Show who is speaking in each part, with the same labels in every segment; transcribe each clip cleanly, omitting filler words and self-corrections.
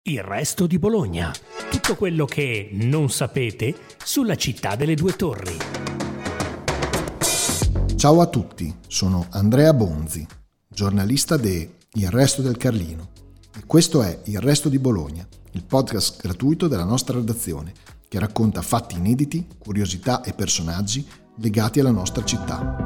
Speaker 1: Il resto di Bologna. Tutto quello che non sapete sulla città delle due torri.
Speaker 2: Ciao a tutti, sono Andrea Bonzi, giornalista de Il Resto del Carlino. E questo è Il Resto di Bologna, il podcast gratuito della nostra redazione, che racconta fatti inediti, curiosità e personaggi legati alla nostra città.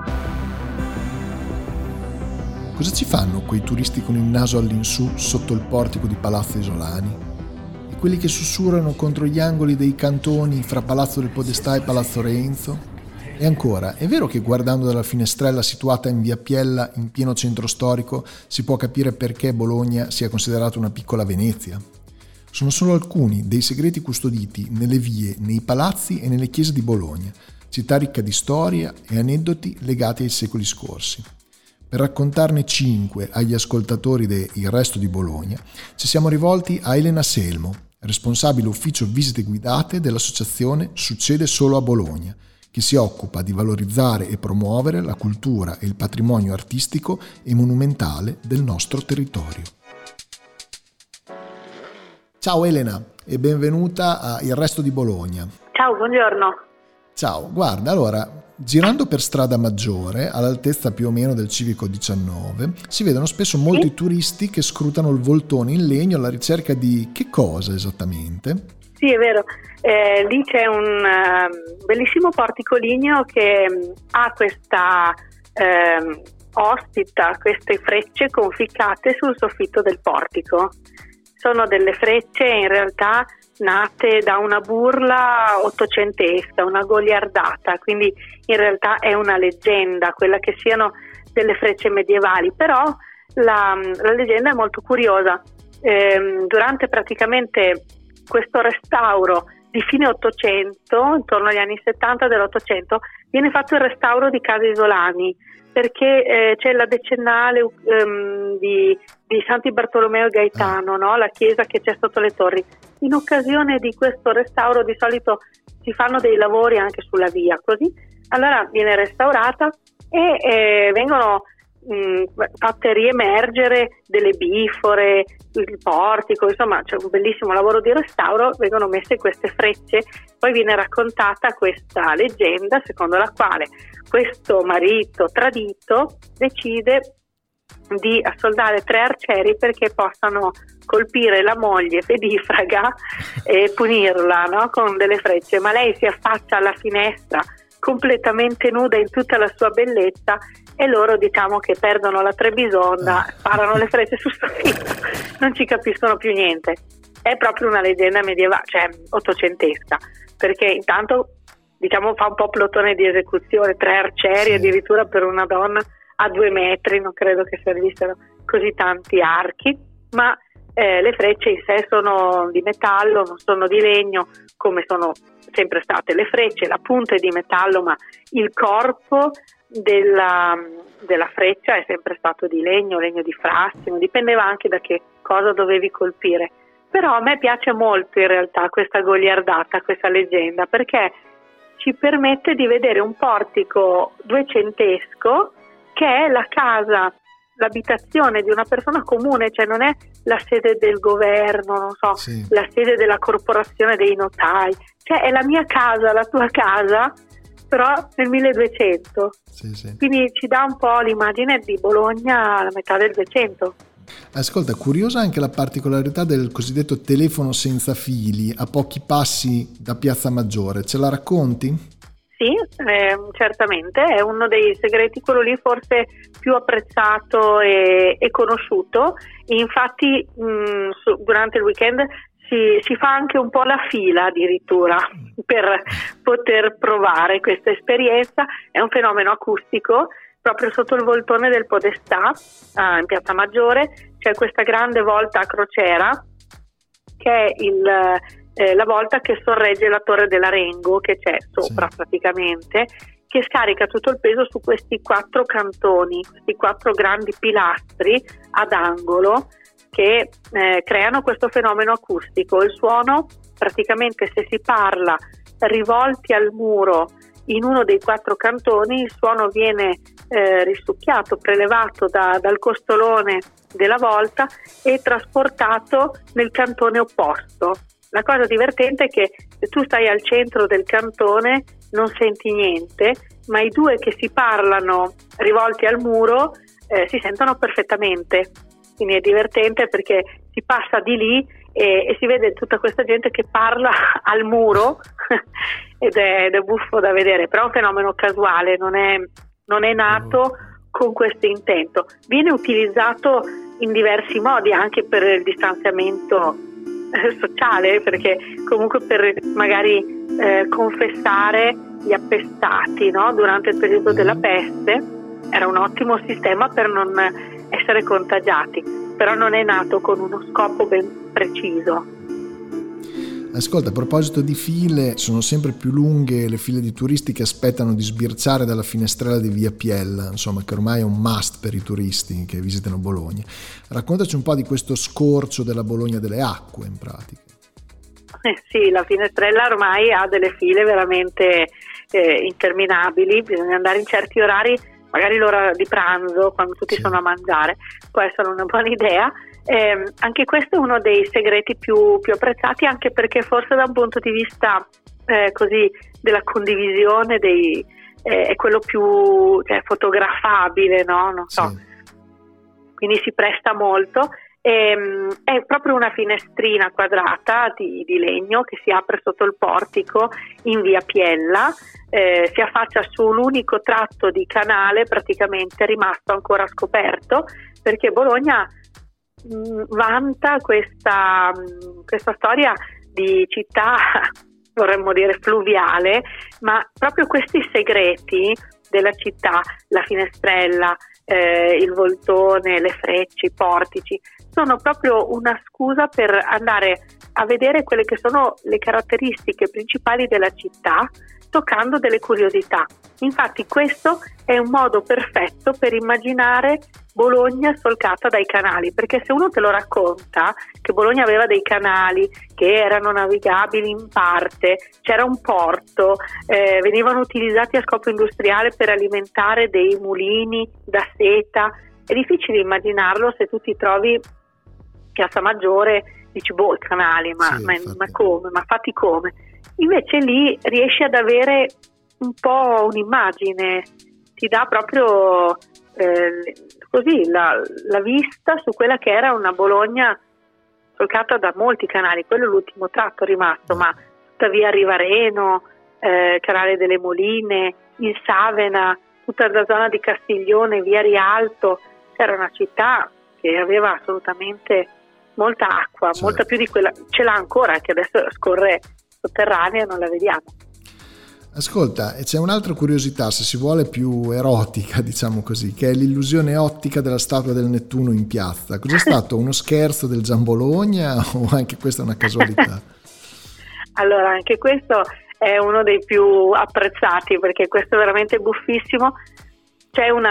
Speaker 2: Cosa ci fanno quei turisti con il naso all'insù sotto il portico di Palazzo Isolani? E quelli che sussurrano contro gli angoli dei cantoni fra Palazzo del Podestà e Palazzo Renzo? E ancora, è vero che guardando dalla finestrella situata in via Piella, in pieno centro storico, si può capire perché Bologna sia considerata una piccola Venezia? Sono solo alcuni dei segreti custoditi nelle vie, nei palazzi e nelle chiese di Bologna, città ricca di storia e aneddoti legati ai secoli scorsi. Per raccontarne 5 agli ascoltatori de Il Resto di Bologna, ci siamo rivolti a Elena Selmo, responsabile ufficio visite guidate dell'associazione Succede Solo a Bologna, che si occupa di valorizzare e promuovere la cultura e il patrimonio artistico e monumentale del nostro territorio. Ciao Elena e benvenuta a Il Resto di Bologna.
Speaker 3: Ciao, buongiorno.
Speaker 2: Ciao, guarda, allora, girando per Strada Maggiore, all'altezza più o meno del Civico 19, si vedono spesso molti turisti che scrutano il voltone in legno alla ricerca di che cosa esattamente?
Speaker 3: Sì, è vero. Lì c'è un bellissimo portico ligneo che ha questa ospita queste frecce conficcate sul soffitto del portico. Sono delle frecce in realtà nate da una burla ottocentesca, una goliardata, quindi in realtà è una leggenda quella che siano delle frecce medievali, però la leggenda è molto curiosa. Durante praticamente questo restauro di fine Ottocento, intorno agli anni 70 dell'Ottocento, viene fatto il restauro di Casa Isolani, perché c'è la decennale di Santi Bartolomeo e Gaetano, no? La chiesa che c'è sotto le torri. In occasione di questo restauro di solito si fanno dei lavori anche sulla via, così allora viene restaurata e vengono fatte riemergere delle bifore, il portico, insomma c'è un bellissimo lavoro di restauro, vengono messe queste frecce, poi viene raccontata questa leggenda secondo la quale questo marito tradito decide di assoldare 3 arcieri perché possano colpire la moglie pedifraga e punirla, no? Con delle frecce, ma lei si affaccia alla finestra completamente nuda in tutta la sua bellezza e loro diciamo che perdono la trebisonda, sparano le frecce sul soffitto, non ci capiscono più niente. È proprio una leggenda medievale, cioè ottocentesca, perché intanto diciamo fa un po' plotone di esecuzione, 3 arcieri addirittura per una donna a 2 metri, non credo che servissero così tanti archi, ma le frecce in sé sono di metallo, non sono di legno come sono sempre state le frecce, la punta è di metallo ma il corpo della freccia è sempre stato di legno di frassino, dipendeva anche da che cosa dovevi colpire. Però a me piace molto in realtà questa goliardata, questa leggenda, perché ci permette di vedere un portico duecentesco che è la casa, l'abitazione di una persona comune, cioè non è la sede del governo, non so, la sede della corporazione dei notai, cioè è la mia casa, la tua casa, però nel 1200. Quindi ci dà un po' l'immagine di Bologna alla metà del 200.
Speaker 2: Ascolta, curiosa anche la particolarità del cosiddetto telefono senza fili a pochi passi da Piazza Maggiore, ce la racconti?
Speaker 3: Sì, certamente, è uno dei segreti, quello lì forse più apprezzato e conosciuto. Infatti durante il weekend si fa anche un po' la fila addirittura per poter provare questa esperienza. È un fenomeno acustico, proprio sotto il voltone del Podestà, in Piazza Maggiore, c'è questa grande volta a crociera che è la volta che sorregge la Torre dell'Arengo che c'è sopra praticamente, che scarica tutto il peso su questi 4 cantoni, questi 4 grandi pilastri ad angolo che creano questo fenomeno acustico. Il suono praticamente, se si parla rivolti al muro in uno dei 4 cantoni il suono viene risucchiato, prelevato dal costolone della volta e trasportato nel cantone opposto. La cosa divertente è che se tu stai al centro del cantone non senti niente, ma i 2 che si parlano rivolti al muro si sentono perfettamente. Quindi è divertente perché si passa di lì e si vede tutta questa gente che parla al muro ed è buffo da vedere, però è un fenomeno casuale, non è nato con questo intento. Viene utilizzato in diversi modi, anche per il distanziamento sociale, perché comunque per magari confessare gli appestati, no? Durante il periodo della peste era un ottimo sistema per non essere contagiati, però non è nato con uno scopo ben preciso.
Speaker 2: Ascolta, a proposito di file, sono sempre più lunghe le file di turisti che aspettano di sbirciare dalla finestrella di Via Piella, insomma, che ormai è un must per i turisti che visitano Bologna. Raccontaci un po' di questo scorcio della Bologna delle acque, in pratica.
Speaker 3: Sì, la finestrella ormai ha delle file veramente interminabili, bisogna andare in certi orari, magari l'ora di pranzo, quando tutti sono a mangiare, può essere una buona idea. Anche questo è uno dei segreti più apprezzati, anche perché forse da un punto di vista così della condivisione è quello più fotografabile, no? Non so. Sì. Quindi si presta molto. È proprio una finestrina quadrata di legno che si apre sotto il portico in Via Piella, si affaccia sull'unico tratto di canale praticamente rimasto ancora scoperto, perché Bologna vanta questa storia di città, vorremmo dire fluviale, ma proprio questi segreti della città, la finestrella, il voltone, le frecce, i portici, sono proprio una scusa per andare a vedere quelle che sono le caratteristiche principali della città, toccando delle curiosità. Infatti questo è un modo perfetto per immaginare Bologna solcata dai canali, perché se uno te lo racconta che Bologna aveva dei canali che erano navigabili in parte, c'era un porto, venivano utilizzati a scopo industriale per alimentare dei mulini da seta, è difficile immaginarlo se tu ti trovi Piazza Maggiore, dici i canali, ma come, ma fatti come? Invece lì riesci ad avere un po' un'immagine, ti dà proprio così la vista su quella che era una Bologna solcata da molti canali. Quello è l'ultimo tratto rimasto, ma tutta via Rivareno, Canale delle Moline, il Savena, tutta la zona di Castiglione, via Rialto, era una città che aveva assolutamente molta acqua, molta più di quella, ce l'ha ancora, che adesso scorre sotterranea e non la vediamo.
Speaker 2: Ascolta, c'è un'altra curiosità, se si vuole più erotica, diciamo così, che è l'illusione ottica della statua del Nettuno in piazza. Cos'è stato, uno scherzo del Giambologna o anche questa è una casualità?
Speaker 3: Allora, anche questo è uno dei più apprezzati, perché questo è veramente buffissimo. C'è un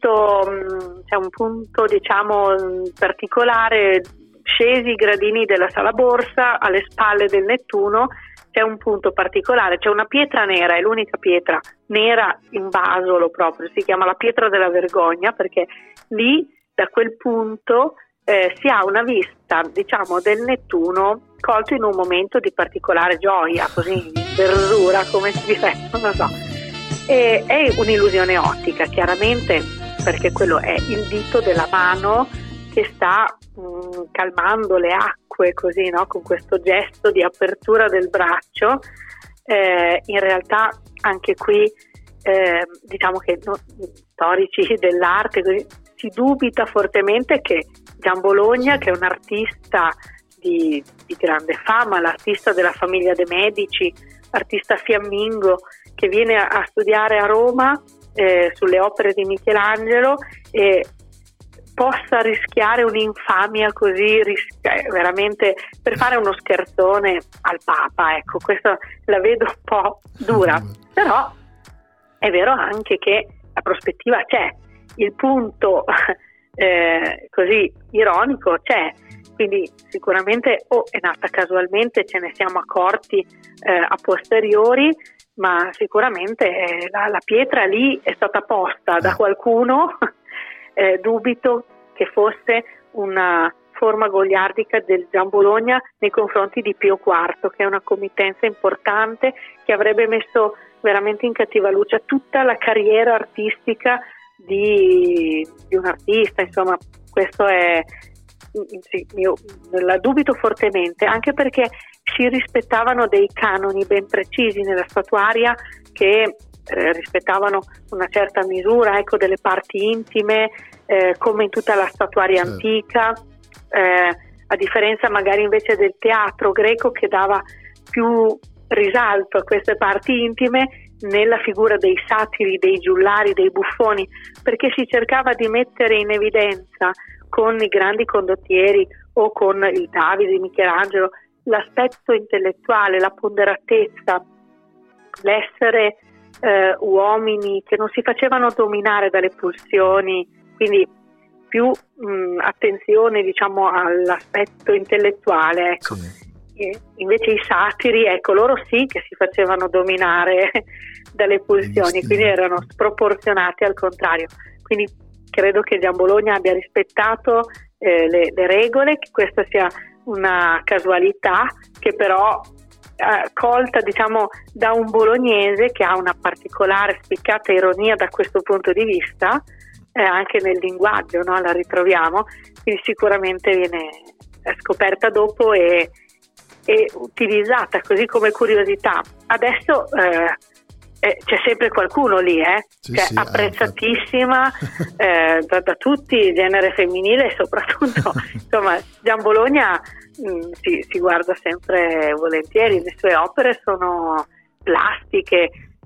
Speaker 3: punto diciamo particolare, scesi i gradini della Sala Borsa, alle spalle del Nettuno c'è un punto particolare, c'è una pietra nera, è l'unica pietra nera in basolo proprio, si chiama la pietra della vergogna, perché lì da quel punto si ha una vista diciamo del Nettuno colto in un momento di particolare gioia, così verdura come si dice, non lo so. È un'illusione ottica chiaramente, perché quello è il dito della mano che sta calmando le acque così, no? Con questo gesto di apertura del braccio. In realtà anche qui diciamo che storici dell'arte così, si dubita fortemente che Giambologna, che è un artista di grande fama, l'artista della famiglia de' Medici, artista fiammingo, che viene a studiare a Roma sulle opere di Michelangelo, possa rischiare un'infamia così veramente per fare uno scherzone al Papa. Ecco, questa la vedo un po' dura, però è vero anche che la prospettiva c'è, il punto così ironico c'è, quindi sicuramente o è nata casualmente, ce ne siamo accorti a posteriori, ma sicuramente la pietra lì è stata posta da qualcuno. Dubito che fosse una forma goliardica del Gian Bologna nei confronti di Pio IV, che è una committenza importante che avrebbe messo veramente in cattiva luce tutta la carriera artistica di un artista. Insomma, questo è, sì, io la dubito fortemente, anche perché si rispettavano dei canoni ben precisi nella statuaria che rispettavano una certa misura, ecco, delle parti intime, come in tutta la statuaria antica, a differenza magari invece del teatro greco, che dava più risalto a queste parti intime nella figura dei satiri, dei giullari, dei buffoni, perché si cercava di mettere in evidenza con i grandi condottieri o con il Davide, Michelangelo, l'aspetto intellettuale, la ponderatezza, l'essere uomini che non si facevano dominare dalle pulsioni, quindi più attenzione, diciamo, all'aspetto intellettuale, ecco.
Speaker 2: Sì.
Speaker 3: E invece i satiri, ecco, loro sì che si facevano dominare dalle pulsioni, quindi erano sproporzionati al contrario. Quindi credo che Gian Bologna abbia rispettato le regole, che questa sia una casualità che però colta, diciamo, da un bolognese che ha una particolare spiccata ironia da questo punto di vista, anche nel linguaggio, no? La ritroviamo, quindi sicuramente viene scoperta dopo e utilizzata così come curiosità. Adesso c'è sempre qualcuno lì,
Speaker 2: sì,
Speaker 3: apprezzatissima da tutti, genere femminile e soprattutto insomma Gian Bologna si guarda sempre volentieri, le sue opere sono plastiche,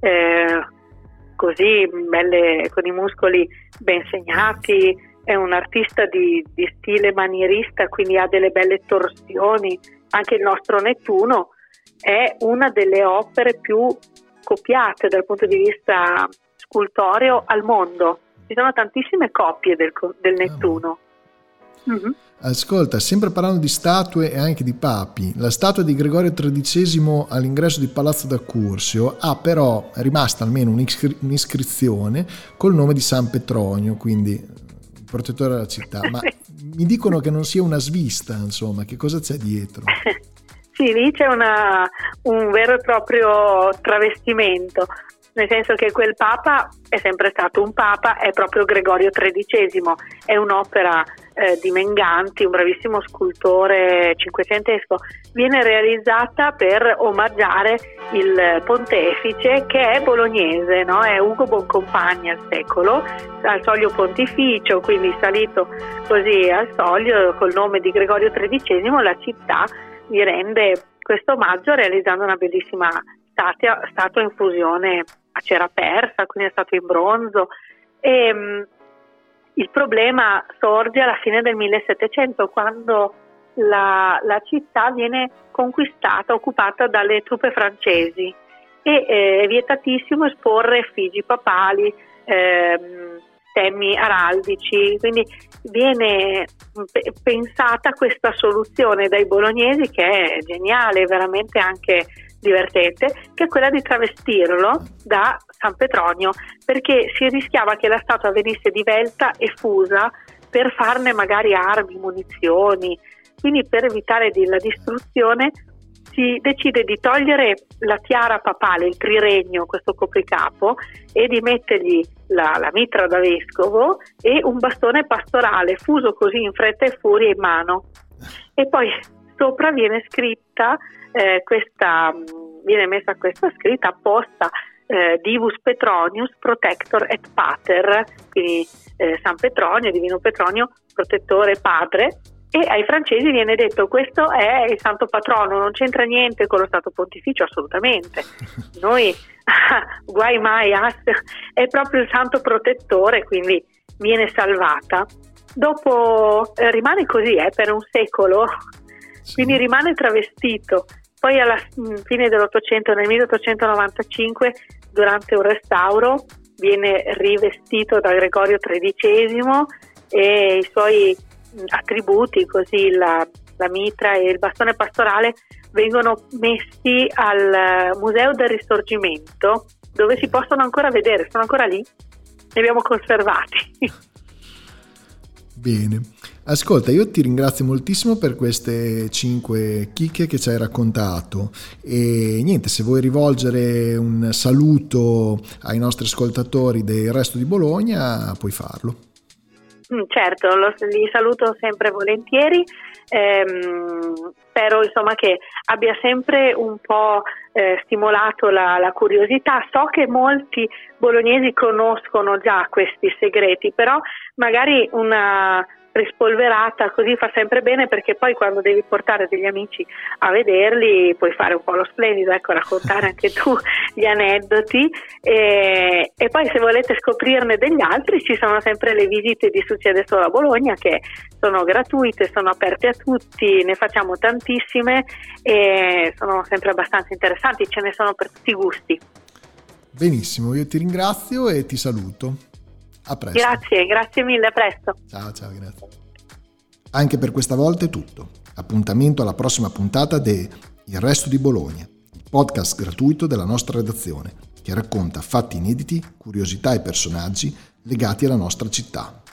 Speaker 3: così belle, con i muscoli ben segnati, è un artista di stile manierista, quindi ha delle belle torsioni. Anche il nostro Nettuno è una delle opere più copiate dal punto di vista scultoreo al mondo. Ci sono tantissime copie del Nettuno. Mm-hmm.
Speaker 2: Ascolta, sempre parlando di statue e anche di papi, la statua di Gregorio XIII all'ingresso di Palazzo d'Accursio ha però, è rimasta almeno un'iscrizione col nome di San Petronio, quindi il protettore della città, ma mi dicono che non sia una svista, insomma, che cosa c'è dietro?
Speaker 3: Sì, lì c'è un vero e proprio travestimento, nel senso che quel papa è sempre stato un papa, è proprio Gregorio XIII, è un'opera di Menganti, un bravissimo scultore cinquecentesco, viene realizzata per omaggiare il pontefice che è bolognese, no? È Ugo Boncompagni al secolo, al soglio pontificio, quindi salito così al soglio col nome di Gregorio XIII, la città gli rende questo omaggio realizzando una bellissima statua in fusione a cera persa, quindi è stato in bronzo. E il problema sorge alla fine del 1700, quando la città viene conquistata, occupata dalle truppe francesi, e è vietatissimo esporre effigi papali, stemmi araldici, quindi viene pensata questa soluzione dai bolognesi, che è geniale, veramente anche divertente, che è quella di travestirlo da San Petronio, perché si rischiava che la statua venisse divelta e fusa per farne magari armi, munizioni. Quindi per evitare la distruzione si decide di togliere la tiara papale, il triregno, questo copricapo, e di mettergli la mitra da vescovo e un bastone pastorale fuso così in fretta e furia in mano. E poi sopra viene scritta viene messa questa scritta apposta, Divus Petronius Protector et Pater, quindi San Petronio, Divino Petronio, protettore padre. E ai francesi viene detto: questo è il santo patrono, non c'entra niente con lo Stato Pontificio, assolutamente. Noi guai mai, è proprio il santo protettore, quindi viene salvata. Dopo rimane così per un secolo, quindi rimane travestito. Poi alla fine dell'Ottocento, nel 1895, durante un restauro, viene rivestito da Gregorio XIII e i suoi attributi, così la mitra e il bastone pastorale vengono messi al Museo del Risorgimento, dove si possono ancora vedere, sono ancora lì, li abbiamo conservati.
Speaker 2: Bene, ascolta, io ti ringrazio moltissimo per queste 5 chicche che ci hai raccontato e niente, se vuoi rivolgere un saluto ai nostri ascoltatori del Resto di Bologna puoi farlo.
Speaker 3: Certo, li saluto sempre volentieri, spero insomma che abbia sempre un po' stimolato la curiosità. So che molti bolognesi conoscono già questi segreti, però magari una rispolverata così fa sempre bene, perché poi quando devi portare degli amici a vederli puoi fare un po' lo splendido, ecco, raccontare anche tu gli aneddoti e poi se volete scoprirne degli altri ci sono sempre le visite di Succede Solo a Bologna, che sono gratuite, sono aperte a tutti, ne facciamo tantissime e sono sempre abbastanza interessanti, ce ne sono per tutti i gusti.
Speaker 2: Benissimo, io ti ringrazio e ti saluto. A presto.
Speaker 3: Grazie mille, a presto.
Speaker 2: Ciao, grazie. Anche per questa volta è tutto. Appuntamento alla prossima puntata de Il Resto di Bologna, il podcast gratuito della nostra redazione, che racconta fatti inediti, curiosità e personaggi legati alla nostra città.